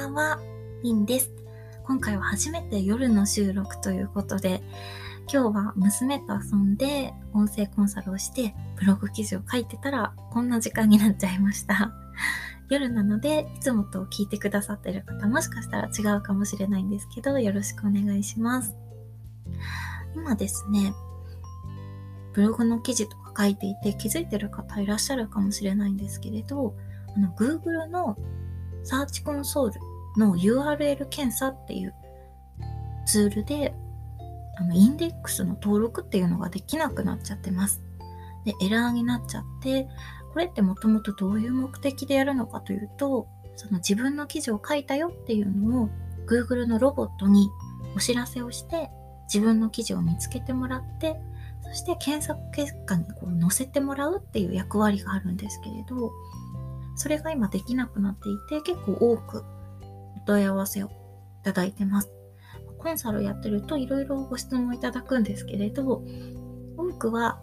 ばんは、リンです。今回は初めて夜の収録ということで、今日は娘と遊んで音声コンサルをしてブログ記事を書いてたらこんな時間になっちゃいました。夜なのでいつもと聞いてくださってる方もしかしたら違うかもしれないんですけど、よろしくお願いします。今ですね、ブログの記事とか書いていて気づいてる方いらっしゃるかもしれないんですけれど、Google のサーチコンソールの URL 検査っていうツールでインデックスの登録っていうのができなくなっちゃってます。で、エラーになっちゃって、これってもともとどういう目的でやるのかというと、その自分の記事を書いたよっていうのを Google のロボットにお知らせをして自分の記事を見つけてもらって、そして検索結果に載せてもらうっていう役割があるんですけれど、それが今できなくなっていて結構多くお問い合わせをいただいてます。コンサルやってるといろいろご質問いただくんですけれど、多くは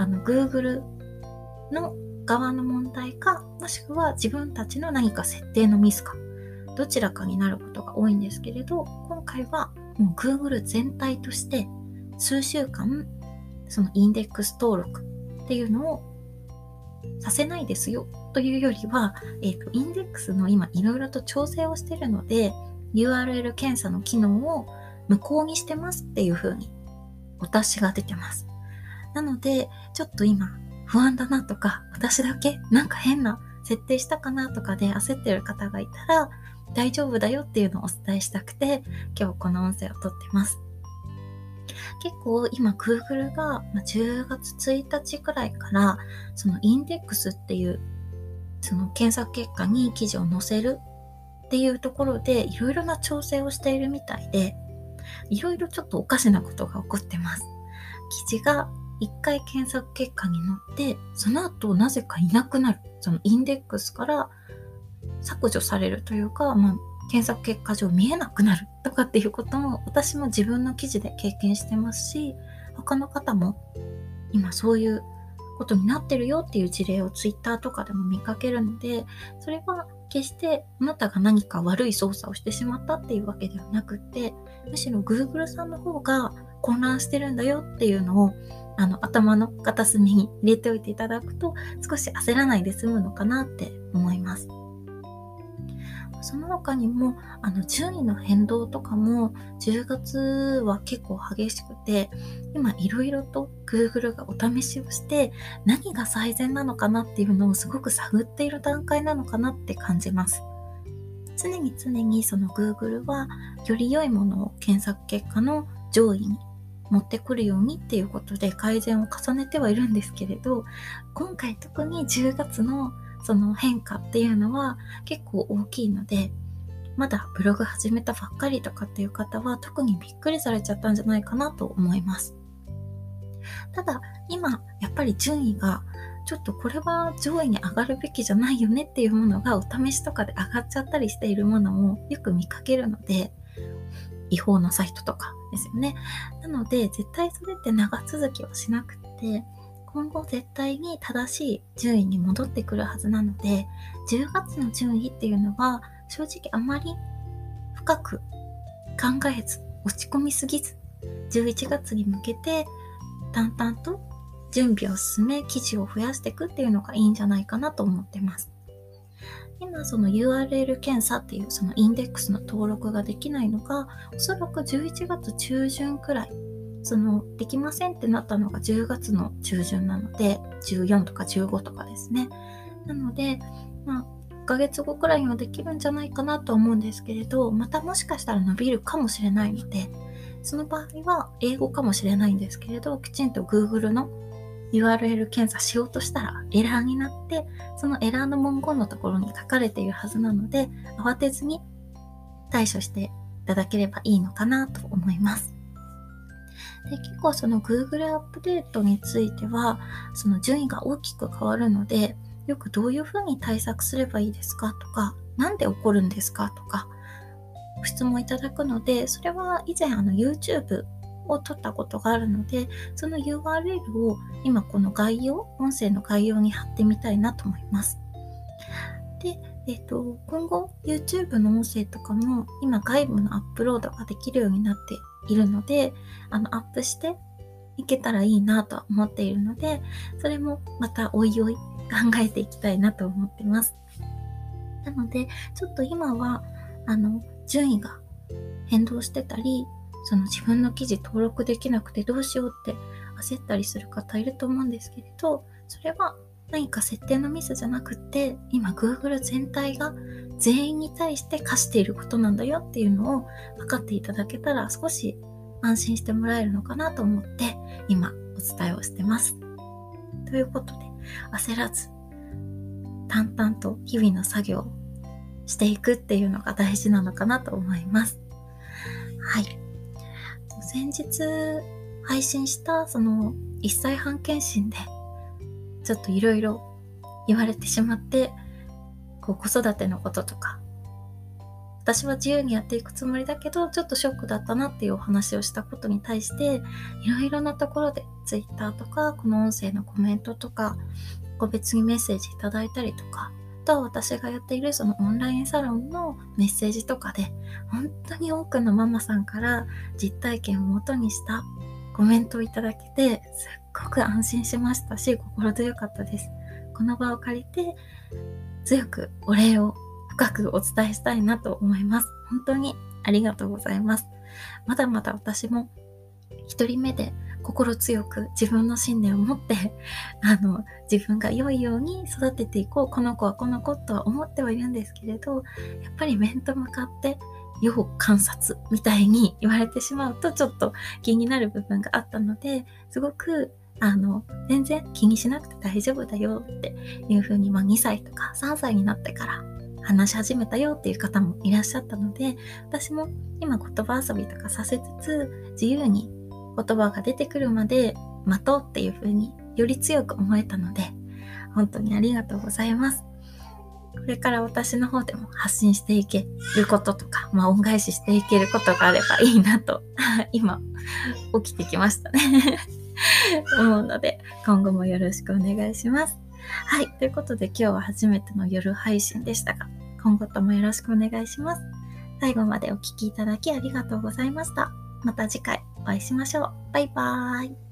Google の側の問題か、もしくは自分たちの何か設定のミスか、どちらかになることが多いんですけれど、今回はもう Google 全体として数週間そのインデックス登録っていうのをさせないですよというよりは、インデックスの今いろいろと調整をしているので URL 検査の機能を無効にしてますっていう風にお達しが出てます。なのでちょっと今不安だなとか、私だけなんか変な設定したかなとかで焦ってる方がいたら大丈夫だよっていうのをお伝えしたくて、今日この音声を撮ってます。結構今 Google が10月1日くらいからそのインデックスっていうその検索結果に記事を載せるっていうところでいろいろな調整をしているみたいで、いろいろちょっとおかしなことが起こってます。記事が一回検索結果に載って、その後なぜかいなくなる。そのインデックスから削除されるというか、検索結果上見えなくなるとかっていうことも私も自分の記事で経験してますし、他の方も今そういうことになってるよっていう事例をツイッターとかでも見かけるので、それは決してあなたが何か悪い操作をしてしまったっていうわけではなくて、むしろ Google さんの方が混乱してるんだよっていうのを頭の片隅に入れておいていただくと少し焦らないで済むのかなって思います。その他にも順位の変動とかも10月は結構激しくて、今いろいろと Google がお試しをして何が最善なのかなっていうのをすごく探っている段階なのかなって感じます。常にその Google はより良いものを検索結果の上位に持ってくるようにっていうことで改善を重ねてはいるんですけれど、今回特に10月のその変化っていうのは結構大きいので、まだブログ始めたばっかりとかっていう方は特にびっくりされちゃったんじゃないかなと思います。ただ今やっぱり順位がちょっとこれは上位に上がるべきじゃないよねっていうものがお試しとかで上がっちゃったりしているものもよく見かけるので、違法なサイトとかですよね。なので絶対それって長続きはしなくて、今後絶対に正しい順位に戻ってくるはずなので、10月の順位っていうのは正直あまり深く考えず落ち込みすぎず、11月に向けて淡々と準備を進め記事を増やしていくっていうのがいいんじゃないかなと思ってます。今その URL 検査っていうそのインデックスの登録ができないのがおそらく11月中旬くらい、できませんってなったのが10月の中旬なので14とか15とかですね。なので1ヶ月後くらいにはできるんじゃないかなと思うんですけれど、またもしかしたら伸びるかもしれないので、その場合は英語かもしれないんですけれど、きちんと Google の URL 検査しようとしたらエラーになって、そのエラーの文言のところに書かれているはずなので、慌てずに対処していただければいいのかなと思います。で、結構その Google アップデートについてはその順位が大きく変わるので、よくどういうふうに対策すればいいですかとか、なんで起こるんですかとかご質問いただくので、それは以前YouTube を撮ったことがあるので、その URL を今この音声の概要に貼ってみたいなと思います。で、 今後 YouTube の音声とかも今外部のアップロードができるようになっているので、アップしていけたらいいなとは思っているので、それもまたおいおい考えていきたいなと思ってます。なので、ちょっと今は、順位が変動してたり、その自分の記事登録できなくてどうしようって焦ったりする方いると思うんですけれど、それは何か設定のミスじゃなくって、今 Google 全体が全員に対して課していることなんだよっていうのを分かっていただけたら少し安心してもらえるのかなと思って今お伝えをしてます。ということで、焦らず淡々と日々の作業をしていくっていうのが大事なのかなと思います。はい。先日配信したその1歳半検診でちょっといろいろ言われてしまって、子育てのこととか、私は自由にやっていくつもりだけどちょっとショックだったなっていうお話をしたことに対して、いろいろなところで Twitter とかこの音声のコメントとか個別にメッセージいただいたりとか、あとは私がやっているそのオンラインサロンのメッセージとかで本当に多くのママさんから実体験をもとにしたコメントをいただけて、すっごく安心しましたし、心強かったです。この場を借りて強くお礼を深くお伝えしたいなと思います。本当にありがとうございます。まだまだ私も一人目で心強く自分の信念を持って自分が良いように育てていこう、この子はこの子とは思ってはいるんですけれど、やっぱり面と向かって要観察みたいに言われてしまうとちょっと気になる部分があったので、すごく全然気にしなくて大丈夫だよっていう風に、2歳とか3歳になってから話し始めたよっていう方もいらっしゃったので、私も今言葉遊びとかさせつつ自由に言葉が出てくるまで待とうっていう風により強く思えたので、本当にありがとうございます。これから私の方でも発信していけることとか、恩返ししていけることがあればいいなと今起きてきましたね思うので、今後もよろしくお願いします。はい、ということで今日は初めての夜配信でしたが、今後ともよろしくお願いします。最後までお聞きいただきありがとうございました。また次回お会いしましょう。バイバーイ。